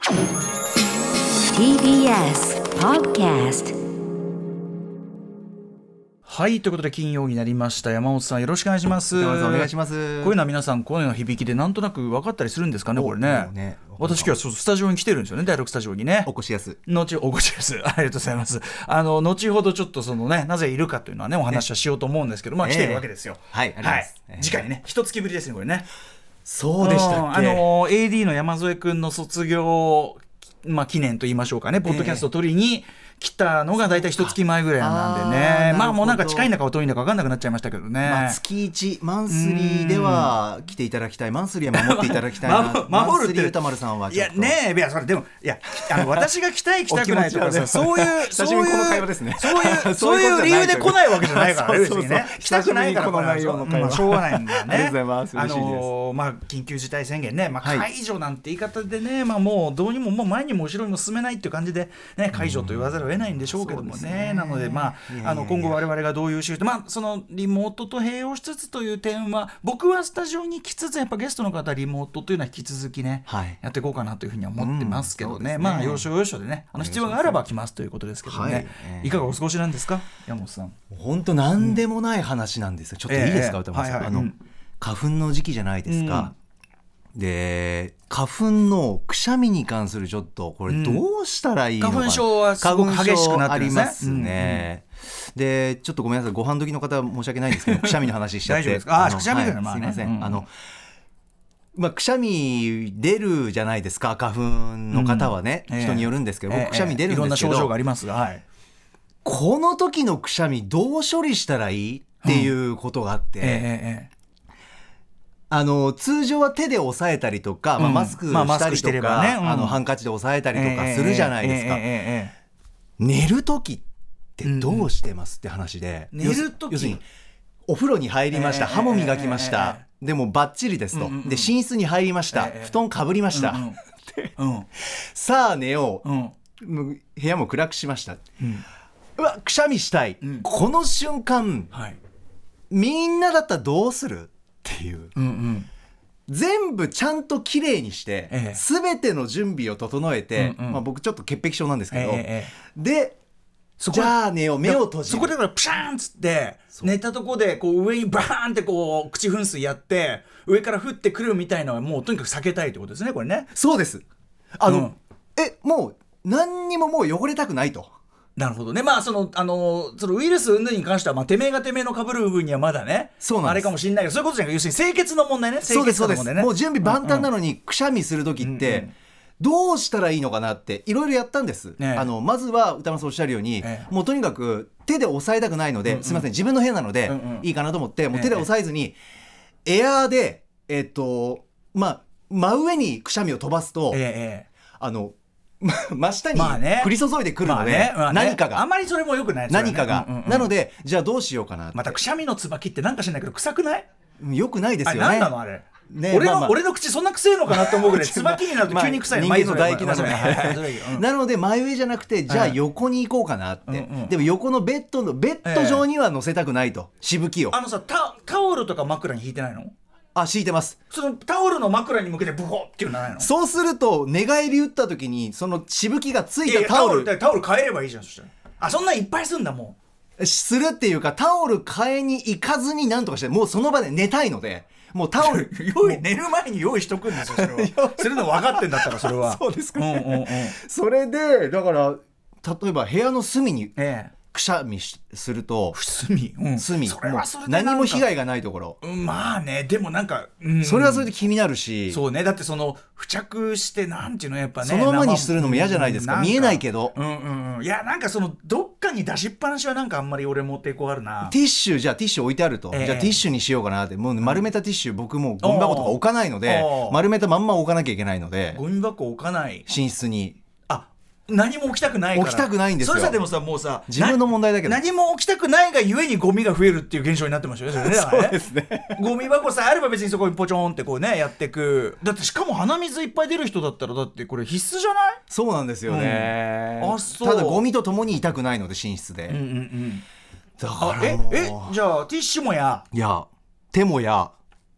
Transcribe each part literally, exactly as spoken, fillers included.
ティービーエス Podcast。 はい、ということで金曜になりました。山本さんよろしくお願いします。 山本さんお願いします。 こういうのは皆さん声の響きでなんとなく分かったりするんですかね、これ ね, ね私今日はスタジオに来てるんですよね、第ろくスタジオにね。 お越しやす後お越しやすありがとうございます。あの後ほどちょっとそのねなぜいるかというのはねお話はしようと思うんですけど、まあ来ているわけですよ、 えー、はい、あります、 はい、次回ね一月ぶりですねこれね。 そうでしたっけ。 あの エーディー の山添くんの卒業まあ、記念と言いましょうかね、ポッドキャストを取りに来たのが大体一月前ぐらいなんでね、まあもうなんか近いんだか遠いんだか分かんなくなっちゃいましたけどね、 まあ、月いちマンスリーでは来ていただきたい、マンスリーは守っていただきたいな守るってマンスリー歌丸さんはちょっといやねえ、いやそれでもいやあの私が来たい来たくないとかさそういうそういうこの会話ですねそういうそういう理由で来ないわけじゃないからね別にね来たくないからこの内容の会話、 まあ、しょうがないんだよね。 ありがとうございます。嬉しいです。 あのー、まあ緊急事態宣言ね、まあ、 はい解除なんて言い方でね、まあもうどうにももう前にも後ろにも進めないっていう感じでね解除と言わざるを得ないんでしょうけどもね、ねなのでまああの今後我々がどういう仕事、まあそのリモートと併用しつつという点は僕はスタジオに来つつやっぱゲストの方リモートというのは引き続きね、はい、やっていこうかなというふうには思ってますけどね、うん、ねまあ要所要所でねあの必要があれば来ますということですけどね、はいえー、いかがお過ごしなんですか山本さん。 本当なんでもない話なんですよ、うん、ちょっといいですか、えー、歌丸さん、はいはい、あの、うん、花粉の時期じゃないですか、うん、で花粉のくしゃみに関するちょっとこれどうしたらいいのか、 うん、花粉症はすごく激しくなってるんですね。 ありますね、うんうん、でちょっとごめんなさいご飯時の方申し訳ないんですけどくしゃみの話しちゃって大丈夫ですか。あくしゃみだよ、 はいまあね、 すいません、 うん、 あのまあ、くしゃみ出るじゃないですか花粉の方はね、うん、人によるんですけど、えー、僕くしゃみ出るんですけど、えー、いろんな症状がありますが、はい、この時のくしゃみどう処理したらいいっていうことがあって、うんえーえーあの通常は手で押さえたりとか、うんまあ、マスクしたりとか、まあねうん、あのハンカチで押さえたりとかするじゃないですか、えーえーえー、寝る時ってどうしてますって話で、 うん、寝る時要するにお風呂に入りました、えー、歯も磨きました、えー、でもバッチリですと、うんうんうん、で寝室に入りました、えー、布団かぶりました、うんうんうん、さあ寝よう、うん、部屋も暗くしました、うん、うわくしゃみしたい、うん、この瞬間、はい、みんなだったらどうするっていう、うんうん、全部ちゃんときれいにして、ええ、全ての準備を整えて、うんうんまあ、僕ちょっと潔癖症なんですけど、ええ、でそこじゃあ寝よう目を閉じるそこでからプシャーンっつって寝たとこでこう上にバーンってこう口噴水やって上から降ってくるみたいなのはもうとにかく避けたいってことですねこれね。 そうですあの、うん、えもう何にももう汚れたくないと。 なるほどね。まあそのあのそのウイルス云々に関してはまあてめえがてめえの被る部分にはまだねそうなんですあれかもしれないけどそういうことじゃなくて要するに清潔の問題ね。 そうですそうです、もう準備万端なのにくしゃみする時って、うんうん、どうしたらいいのかなっていろいろやったんです、ね、あのまずは歌丸さんおっしゃるように、ええ、もうとにかく手で押さえたくないので、うんうん、すみません自分の部屋なので、うんうん、いいかなと思ってもう手で押さえずに、ええ、エアーでえっとまあ真上にくしゃみを飛ばすと、ええ、あの真下に降り注いでくるので、まあねまあね、何かがあまりそれも良くないですよね。何かが、うんうんうん、なのでじゃあどうしようかなって。 またくしゃみの椿ってなんかしないけど臭くない？ 良くないですよね。 あれなんなのあれ、ね、俺の、まあまあ、俺の口そんな臭いのかなと思うぐらい椿になると急に臭い、 まあ、人間の唾液なのでなので真上じゃなくてじゃあ横に行こうかなって、うんうん、でも横のベッドのベッド上には乗せたくないと、えー、しぶきを。 あのさ タ, タオルとか枕に引いてないの？ あ敷いてます。 そのタオルの枕に向けてブホっていうのはないの？ そうすると寝返り打った時にそのしぶきがついたタオル、 いやいやタオル、タオル変えればいいじゃん。そしたらあそんないっぱいすんだもうするっていうかタオル変えに行かずになんとかしてもうその場で寝たいのでもうタオル用意寝る前に用意しとくんですよそれはするの分かってんだったらそれはそうですかね、うんうんうん、それでだから例えば部屋の隅に、ええくしゃみすると隅、うん、 隅それはそれで何も被害がないところ、 うん、まあねでもなんか、うん、 それはそれで気になるしそうねだってその付着してなんていうのやっぱねそのままにするのも嫌じゃないですか、うん、見えないけど、 うんうんうん、いやなんかそのどっかに出しっぱなしはなんかあんまり俺も抵抗あるな。 ティッシュじゃあティッシュ置いてあると、えー、じゃあティッシュにしようかなってもう丸めたティッシュ僕もうゴミ箱とか置かないので丸めたまんま置かなきゃいけないのでゴミ箱置かない寝室に何も起きたくないから起きたくないんですよ。 それさでもさもうさ自分の問題だけど何も起きたくないがゆえにゴミが増えるっていう現象になってましたよね。それねだからねそうですねゴミ箱さえあれば別にそこにポチョンってこうねやってく。だってしかも鼻水いっぱい出る人だったらだってこれ必須じゃない？ そうなんですよね、うん、あそうただゴミとともに痛くないので寝室で、うんうんうん、だからもうええじゃあティッシュもやいや手もや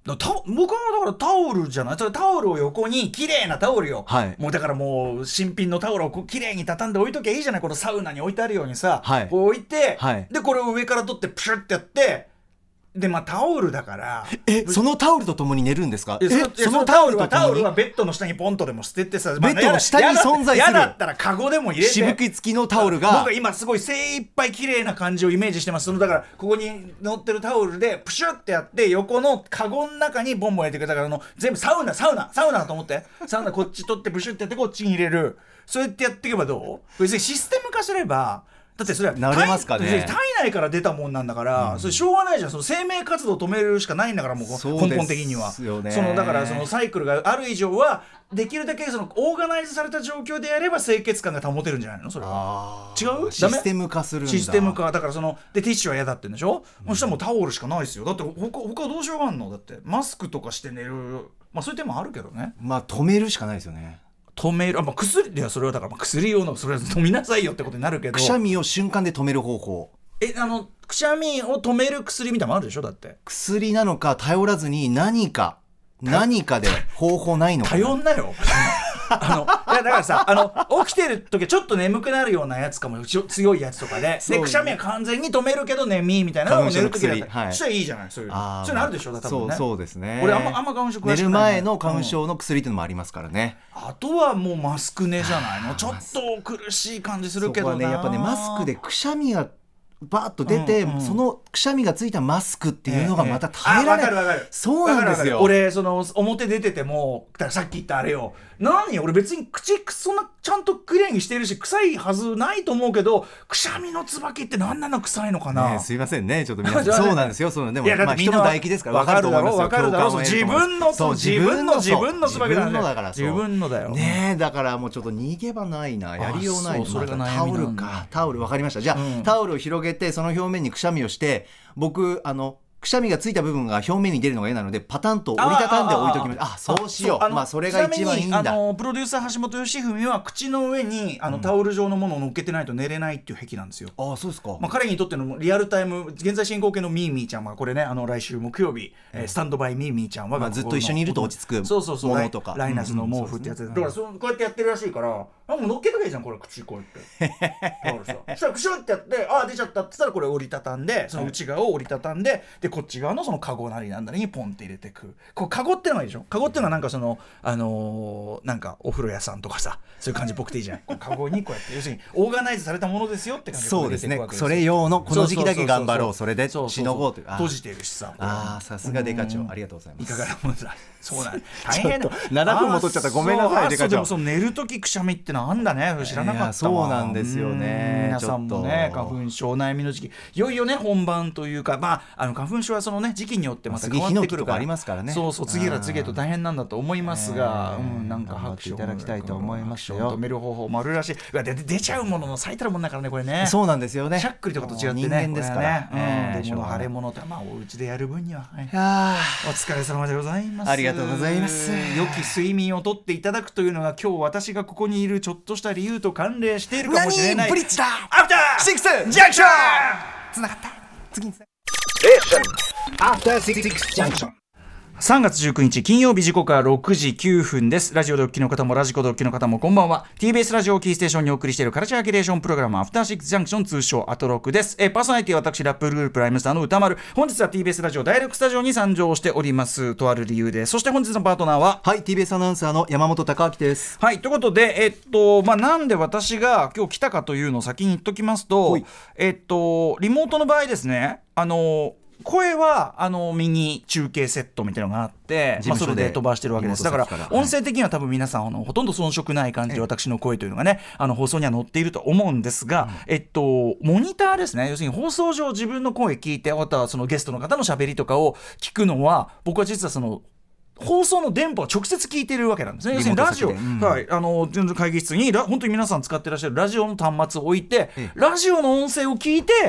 だタ僕はだからタオルじゃない、それタオルを横に綺麗なタオルよ、 はい、 もうだからもう新品のタオルをこう綺麗に畳んで置いときゃいいじゃない、このサウナに置いてあるようにさ、 はい、 こう置いて、 はい、 でこれを上から取ってプシュってやって、でまあタオルだからえそのタオルとともに寝るんですか。 えそえそのタオルはタオルはベッドの下にポンとでも捨ててさ、 ベッドの下に存在する、 嫌だったらカゴでも入れて、 しぶき付きのタオルが、 僕は今すごい精一杯綺麗な感じをイメージしてます。そのだからここに乗ってるタオルでプシュってやって横のカゴの中にボンボン入れてくれたから、あの全部サウナサウナサウナだと思って、サウナこっち取ってプシュってやってこっちに入れる、そうやってやっていけばどう。別にシステム化すれば、だってそれは慣れますかね、 体内から出たもんなんだから、うん、それしょうがないじゃん。その生命活動を止めるしかないんだから、もう根本的にはそのだからそのサイクルがある以上はできるだけそのオーガナイズされた状況でやれば清潔感が保てるんじゃないの。それは違う、 システム化するんだ。 システム化だから、そのでティッシュは嫌だってんでしょ、うん、そしたらもうタオルしかないですよ。だって他他どうしようがあんの。だってマスクとかして寝る、まあそういう手もあるけどね。 まあ止めるしかないですよね。 止める、あ、まあ、薬いやそれはだから薬用のそれは飲みなさいよってことになるけど、 くしゃみを瞬間で止める方法、 えあのくしゃみを止める薬みたいなのあるでしょ。だって薬なのか頼らずに何か何かで方法ないのかな。 頼んなよあのいやだからさ、あの起きてる時はちょっと眠くなるようなやつかも、強いやつとかで、でくしゃみは完全に止めるけど眠いみたいなのを寝る時だったら、はい、そしたらいいじゃない。そういうのそういうのあるでしょ。だ多分ね。 そうそうですね。 俺あんまあんま花粉症詳しくない、 寝る前の花粉症の薬っていうのもありますからね、 うん、あとはもうマスク寝じゃないの。ちょっと苦しい感じするけどな。 そこはねやっぱねマスクでくしゃみがバーッと出て、うんうん、そのくしゃみがついたマスクっていうのがまた耐えられない、ええ、あ、わかるわかる。そうなんですよ。 俺その表出ててもだからさっき言ったあれよ、何俺別に口そんなちゃんときれいにしてるし臭いはずないと思うけど、くしゃみの椿って何なの臭いのかな、 ね、すいませんねちょっと皆さんそうなんですよ。そうなんでもまあ人の唾液ですから分かると思いますよ。 分かるだろう自分のそう自分の自分の椿なんだよ。 自分のだからそう自分のだよね。だからもうちょっと逃げ場ないな、やりようないの。 それが悩タオみなんだ。 ルかタオル分かりました。じゃあ、うん、タオルを広げてその表面にくしゃみをして、僕あのくしゃみがついた部分が表面に出るのが嫌なのでパタンと折りたたんで置いときました。ああそうしよう。あまあそれが一番いいんだ。 あのプロデューサー橋本良文は口の上にあの、うん、タオル状のものを乗っけてないと寝れないっていう癖なんですよ。 ああそうですか。 まあ、彼にとってのリアルタイム現在進行形のミーミーちゃんはこれね、あの来週木曜日、うん、スタンドバイミーミーちゃんは、 まあ、ずっと一緒にいると落ち着くものとか、 そうそうそうライナスの毛布ってやつで、だからそこうやってやってるらしいから、あもう乗っけとけばいいじゃんこれ口こうやってタオルさそしたらクシュンってやってあ出ちゃったって言ったらこれ折りたたんでその内側を折りたたんででこっち側のそのカゴなりなんなりにポンって入れてく。こうカゴってのがいいでしょ。カゴってのはなんかそのあのー、なんかお風呂屋さんとかさそういう感じっぽくていいじゃない。カゴにこうやって要するにオーガナイズされたものですよって感じでそうですね。それ用のこの時期だけ頑張ろうそれでしのごうという。 閉じてるしさ。 ああさすがデカ長ありがとうございます。 いかがなものだ。そうなん大変だ。 ななふんも取っちゃったごめんなさいデカ長。 でもその寝るときくしゃみってなんだね知らなかったわ。 そうなんですよね。 皆さんもね花粉症お悩みの時期いよいよね本番というかまああの花粉症はそのね時期によってまた変わってくるから。ありますからね。そうそう次から次へと大変なんだと思いますが、うん、なんか拍手いただきたいと思いますよ。止める方法もあるらしい。うわで出ちゃうものの最たるもんだからねこれね。そうなんですよね。しゃっくりとかと違ってね。人間ですからね。うん、でも腫れ物ってまあお家でやる分には、はい、お疲れ様でございます。 ありがとうございます。 良き睡眠をとっていただくというのが今日私がここにいるちょっとした理由と関連しているかもしれない。 何ブリッジだ。 アフターシックスジャンクション。 つながった。次につながった。 アフターシックスジャンクション。さんがつじゅうくにち金曜日時刻はろくじきゅうふんです。ラジオでお聞きの方もラジコでお聞きの方もこんばんは。 ティービーエス ラジオキーステーションにお送りしているカルチャーキュレーションプログラムアフターシックスジャンクション通称アトロクです。えー、パーソナリティは私ラップグループライムスターの歌丸。本日は ティービーエス ラジオダイレクトスタジオに参上しておりますとある理由で、そして本日のパートナーははい ティービーエス アナウンサーの山本貴明です。 はいということでえっとまあなんで私が今日来たかというのを先に言っときますとえっとリモートの場合ですねあの声はあのミニ中継セットみたいなのがあって、まあ、それで飛ばしてるわけです。だから音声的には多分皆さんあのほとんど遜色ない感じで私の声というのがねあの放送には載っていると思うんですが、うんえっと、モニターですね。要するに放送上自分の声聞いてまたそのゲストの方の喋りとかを聞くのは僕は実はその放送の電波を直接聞いているわけなんですね。要するにラジオ、うん、はい、あの会議室に本当に皆さん使ってらっしゃるラジオの端末を置いて、ラジオの音声を聞いて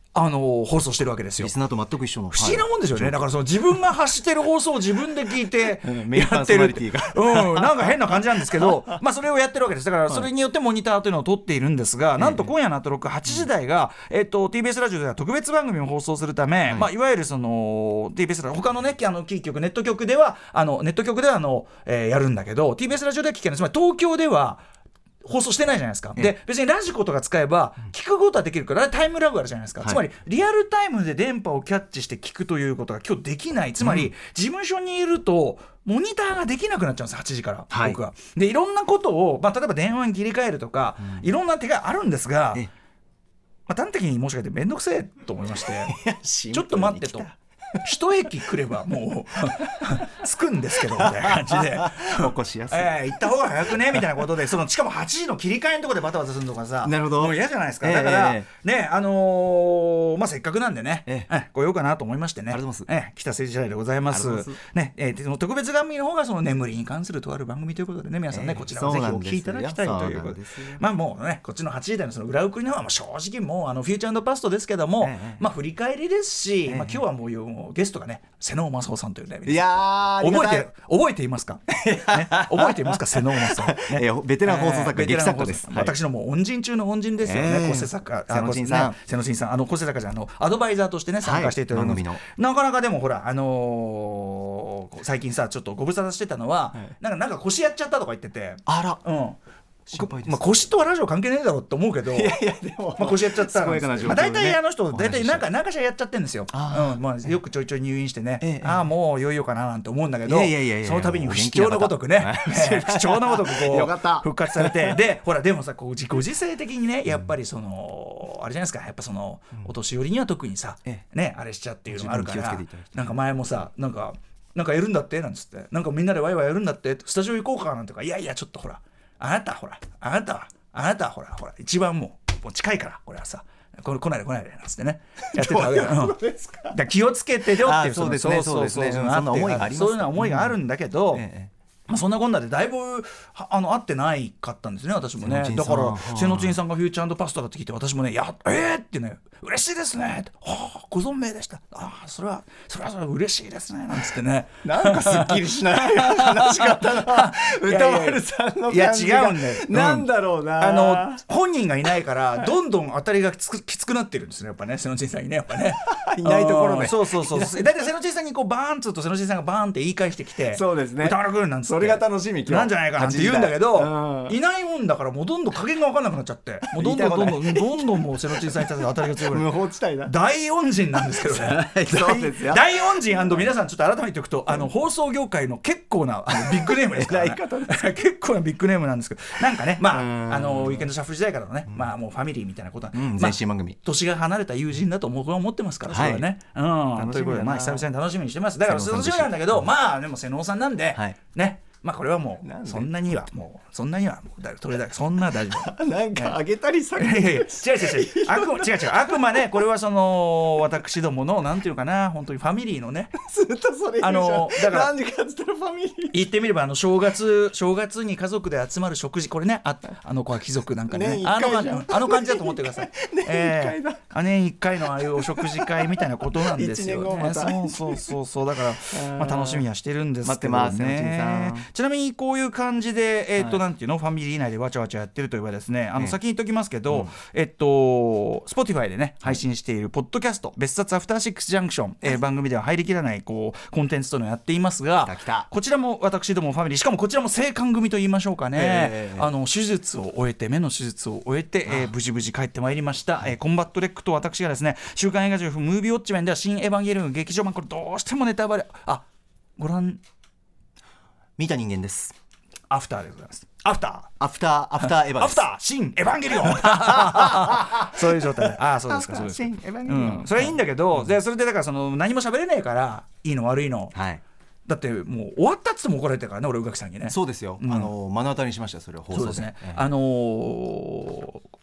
あの放送してるわけですよ。 リスナーと全く一緒の不思議なもんですよね、はい、だからその自分が発してる放送を自分で聞いてメインパーソナリティがうん、なんか変な感じなんですけどまあそれをやってるわけです。だからそれによってモニターというのを取っているんですが、はい、なんと今夜のアトロックはちじ台が、えっと、ティービーエス ラジオでは特別番組を放送するため、はいまあ、いわゆるその ティービーエス ラジオ他のねあのキー局ネット局ではあのネット局ではあの、えー、やるんだけど ティービーエス ラジオでは聞けない。つまり東京では放送してないじゃないですか。で別にラジコとか使えば聞くことはできるからタイムラグあるじゃないですか、はい、つまりリアルタイムで電波をキャッチして聞くということが今日できない。つまり、うん、事務所にいるとモニターができなくなっちゃうんですはちじから、はい、僕はでいろんなことを、まあ、例えば電話に切り替えるとか、うん、いろんな手があるんですが、まあ、端的に申し訳ないめんどくせえと思いましてちょっと待ってと一駅来ればもう着くんですけどみたいな感じで起こしやすい、 えー、行った方が早くねみたいなことでそのしかもはちじの切り替えのところでバタバタするのがさなるほどもう嫌じゃないですか。だから、えー、ねあのー、まあせっかくなんでね、えーえー、来ようかなと思いましてね。 ありがとうございます、 えー、北誠時代でございますね、えー、特別番組の方がその眠りに関するとある番組ということでね皆さんね、えー、こちらをぜひお聞きいただきたいということでまあもうねこっちのはちじ台のその裏送りの方はもう正直もうあのフューチャー&パストですけども、えー、まあ振り返りですし、えーまあ、今日はもうもうゲストがね瀬能正夫さんというねいや覚えて覚えていますか、ね、覚えていますか瀬能正夫、ね、 ベテラン放送作家、えー、劇作家です、 はい、私のもう恩人中の恩人ですよね、えー、構成作家瀬能真さん瀬能真さんあの構成作家じゃあのアドバイザーとしてね参加していただいて、はい、なかなかでもほらあのー、最近さちょっとご無沙汰してたのは、はい、なんかなんか腰やっちゃったとか言っててあらうんまあ、腰とはラジオ関係ないだろうって思うけどいやいやでも、まあ、腰やっちゃったら、ねまあ、大体あの人大体なんか何かしらやっちゃってるんですよ、うんまあ、よくちょいちょい入院してね、ええ、ああもういよいよかななんて思うんだけどいやいやいやいやその度に不死鳥のごとくね不死鳥のごとくこう復活されてでほらでもさこうご時世的にねやっぱりそのあれじゃないですかやっぱそのお年寄りには特にさ、ね、あれしちゃっていうのがあるからなんか前もさなんかなんかやるんだってなんつってなんかみんなでワイワイやるんだってスタジオ行こうかなんてかいやいやちょっとほらあなたほらあなたはあなたはほらほら一番もう、もう近いからこれはさこれ来ないで来ないでなんつってねやってたわけだ、うん、だ気をつけてよっていうそうですねそうですねそんな思いがありますそういうような思いがあるんだけど、うんええまあ、そんなこんなでだいぶあの会ってないかったんですね私もね。だから瀬野珍さんがフューチャー&パストだって聞いて私もねやえーってね嬉しいですねはあご存命でしたあそれはそれはそれは嬉しいですねなんつってねなんかすっきりしない話があったな歌丸さんの感じがいや違うんだよ、 うん、なんだろうなあの本人がいないからどんどん当たりがきつく、きつくなってるんですねやっぱね瀬野珍さんにねやっぱねいないところでそうそうそうだいたい瀬野珍さんにこうバーンつうと瀬野珍さんがバーンって言い返してきてそうですね歌丸くんなんつってそれが楽しみ今日なんじゃないかなって言うんだけど、うん、いないもんだからもうどんどん加減が分かんなくなっちゃってもうどんどんどんどんどんどんもう瀬野珍さんに対する当たりが強く無法地帯だ大恩人なんですけどねそうですよ大恩人&皆さんちょっと改めて言っておくとあの放送業界の結構なあのビッグネームですから、ね、結構なビッグネームなんですけどなんかねまああのウィークエンドシャッフル時代からのね、うん、まあもうファミリーみたいなことは、 うんまあ、前身番組年が離れた友人だと僕は思ってますから、はい、それはね、うん、ということでまあ久々に楽しみにしてますだから楽しみなんだけどまあでも瀬能さんなんで、はい、ねまあこれはもうそんなにはもうそんなにはもうだそれだけそんな大丈夫なんかあげたりされて違う違う違うあく違う違うあくまでこれはその私どものなんていうかな本当にファミリーのねずっとそれあのだから何時かっつったらファミリー言ってみればあの正月正月に家族で集まる食事これねああの子は貴族なんかねあの感じあの感じだと思ってください年いっかいだ、 えー、年いっかいのああいうお食事会みたいなことなんですよねまたそうそうそうそうだからまあ楽しみはしてるんですけどね待ってますちなみにこういう感じで、えーとはい、なんていうのファミリー内でわちゃわちゃやってるといえばですねあの先に言っときますけど、うん、えっと Spotify でね配信しているポッドキャスト別冊アフターシックスジャンクション、えー、番組では入りきらないこうコンテンツというのをやっていますが来た来たこちらも私どもファミリーしかもこちらも生還組と言いましょうかね、えー、あの手術を終えて目の手術を終えて、えー、無事無事帰ってまいりました、えー、コンバットレックと私がですね週刊映画情報ムービーウォッチメンでは新エヴァンゲリオン劇場版これどうしてもネタバレあご覧見た人間ですアフターでございますアフターアフターアフターエヴァですアフター新エヴァンゲリオンそういう状態でああそうですかそうですか、うん、それはいいんだけど、うん、でそれでだからその何も喋れないからいいの悪いの、はい、だってもう終わったっつっても怒られてるからね俺宇垣さんにねそうですよ、うん、あの目の当たりにしましたそれを放送でそうですね、ええ、あのー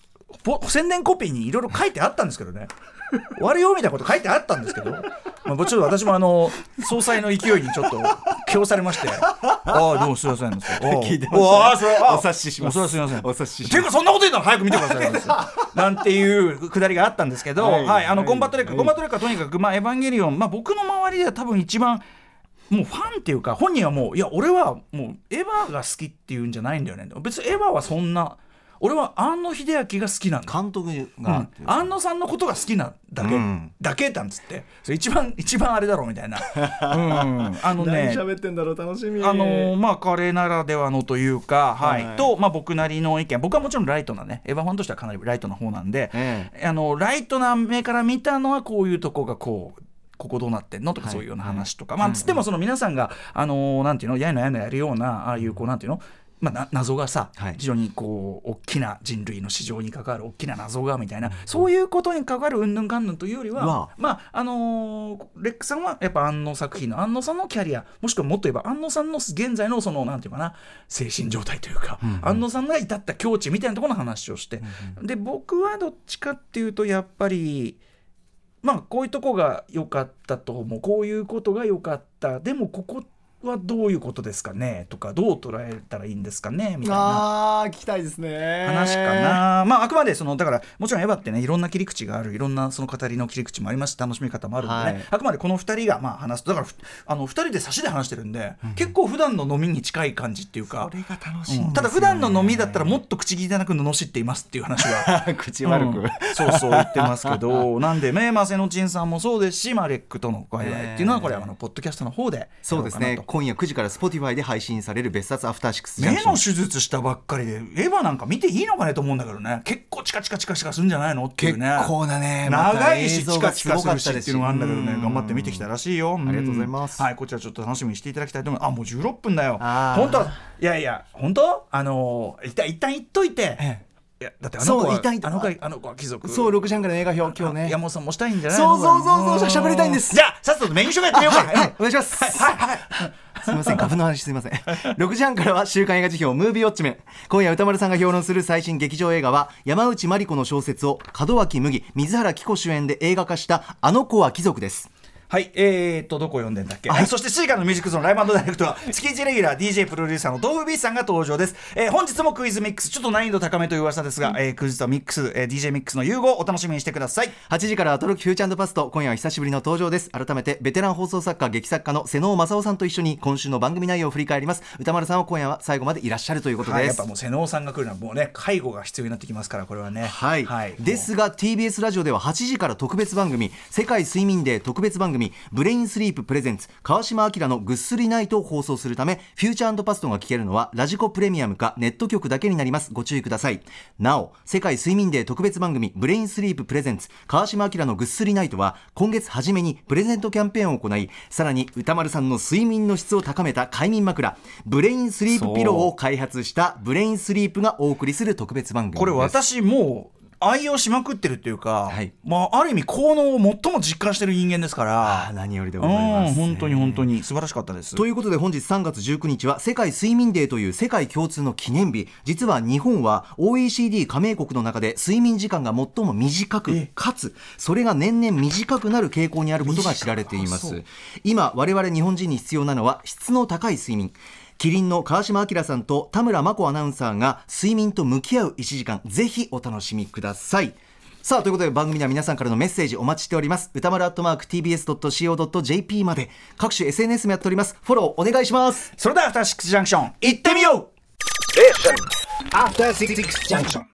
宣伝コピーにいろいろ書いてあったんですけどね終わるよみたいなこと書いてあったんですけど、まあ、ちょっと私もあの総裁の勢いにちょっと気をされましてああどうもすいません聞いてましたね、 お察しします。 おすいませんお察しします。 ていうかそんなこと言ったら早く見てくださいなんていうくだりがあったんですけど、はい、はい、あの、はい、コンバットレッカー、はい、コンバットレッカーとにかく、まあ、エヴァンゲリオン、まあ、僕の周りでは多分一番もうファンっていうか本人はもういや俺はもうエヴァが好きっていうんじゃないんだよね、別にエヴァはそんな俺は庵野秀明が好きなんだ、 監督が、うん、 庵野さんのことが好きなだけ、うん、だけなんつってそれ一番一番あれだろうみたいな、うん、あのね何喋ってんだろう楽しみ、 あのまあ彼ならではのというか、はい、はい、と、まあ、僕なりの意見、僕はもちろんライトなねエヴァファンとしてはかなりライトな方なんで、ええ、あのライトな目から見たのはこういうとこがこうここどうなってんのとか、そういうような話とか、はい、まあつってもその皆さんがあのー、なんていうのやいのやいのやるようなああいうこうなんていうのまあ、な謎がさ、はい、非常にこう大きな人類の市場に関わる大きな謎がみたいな、うん、そういうことに関わるうんぬんかんぬんというよりは、まああのー、レックさんはやっぱ庵野作品の庵野さんのキャリア、もしくはもっと言えば庵野さんの現在のそのなんていうかな精神状態というか、うんうん、庵野さんが至った境地みたいなところの話をして、うんうん、で僕はどっちかっていうとやっぱりまあこういうとこが良かったと思う、こういうことが良かった、でもここはどういうことですかねとか、どう捉えたらいいんですかねみたいな、 あー聞きたいですね話かな。まああくまでそのだからもちろんエヴァってねいろんな切り口がある、いろんなその語りの切り口もありますし楽しみ方もあるんでね、はい、あくまでこのふたりがまあ話すとだからあのふたりで差しで話してるんで、うん、結構普段の飲みに近い感じっていうか、 それが楽しいんですよね、うん、 ただ普段の飲みだったらもっと口汚く罵っていますっていう話は口悪く、うん、 そうそう言ってますけどなんでね、まあ、瀬野珍さんもそうですし、まあ、レックとの会話っていうのはこれはあのポッドキャストの方でそうですね、今夜くじからスポティファイで配信される別冊アフターシックスジャンクション。 目の手術したばっかりでエヴァなんか見ていいのかねと思うんだけどね、結構チカチカチカチカするんじゃないのっていうね、 結構なね、 長いしチカチカするしっていうのがあるんだけどね、頑張って見てきたらしいよ。 ありがとうございます。 はい、こちらちょっと楽しみにしていただきたいと思います。あもうじゅうろっぷんだよ本当。いやいや本当あのー、一旦一旦言っといて、ええ、いやだってあの子はあの子はあの子は貴族、 そうろくじはんからの映画表今日ね山本さんもしたいんじゃないの。そうそうそうそう喋りたいんです。 じゃあさっさとメニュー紹介やってみようか。 はい、はい、お願いします。はいはいすみません、花粉の話すみません。ろくじはんからは週刊映画辞表ムービーウォッチメン。今夜歌丸さんが評論する最新劇場映画は山内まり子の小説を門脇麦、水原希子主演で映画化したあの子は貴族です。はい、えーっとどこ読んでんだっけ、はい、そしてシーカーのミュージックゾーンライブ&ダイレクトは月いちレギュラー ディージェー プロデューサーの豆腐ビーチさんが登場です、えー、本日もクイズミックス、ちょっと難易度高めという噂ですが、うんえー、クイズとミックス、えー、ディージェー ミックスの融合をお楽しみにしてください。はちじからアトロックフューチャー&パスト、今夜は久しぶりの登場です。改めてベテラン放送作家劇作家の瀬能正夫さんと一緒に今週の番組内容を振り返ります。歌丸さんは今夜は最後までいらっしゃるということです、はい、やっぱもう瀬能さんが来るのはもうね介護が必要になってきますから、これはね、はい、はい、ですが ティービーエス ラジオでははちじから特別番組世界睡眠デー特別番組ブレインスリーププレゼンツ川島明のぐっすりナイトを放送するため、フューチャー&パストが聞けるのはラジコプレミアムかネット局だけになります。ご注意ください。なお世界睡眠デー特別番組ブレインスリーププレゼンツ川島明のぐっすりナイトは今月初めにプレゼントキャンペーンを行い、さらに歌丸さんの睡眠の質を高めた快眠枕ブレインスリープピローを開発したブレインスリープがお送りする特別番組です。これ私もう愛用しまくってるっていうか、はい、まあ、ある意味効能を最も実感してる人間ですから、 あ何よりでございます、 うん、本当に本当に素晴らしかったです。 ということで本日さんがつじゅうくにちは世界睡眠デーという世界共通の記念日。実は日本は オーイーシーディー 加盟国の中で睡眠時間が最も短く、かつそれが年々短くなる傾向にあることが知られています。今我々日本人に必要なのは質の高い睡眠。キリンの川島明さんと田村真子アナウンサーが睡眠と向き合ういちじかん、ぜひお楽しみください。さあということで番組では皆さんからのメッセージお待ちしております。歌丸アットマーク ティービーエスドットシーオードットジェーピー まで各種 エスエヌエス もやっております。フォローお願いします。 それではアフターシックスジャンクション行ってみよう。 アフターシックスジャンクション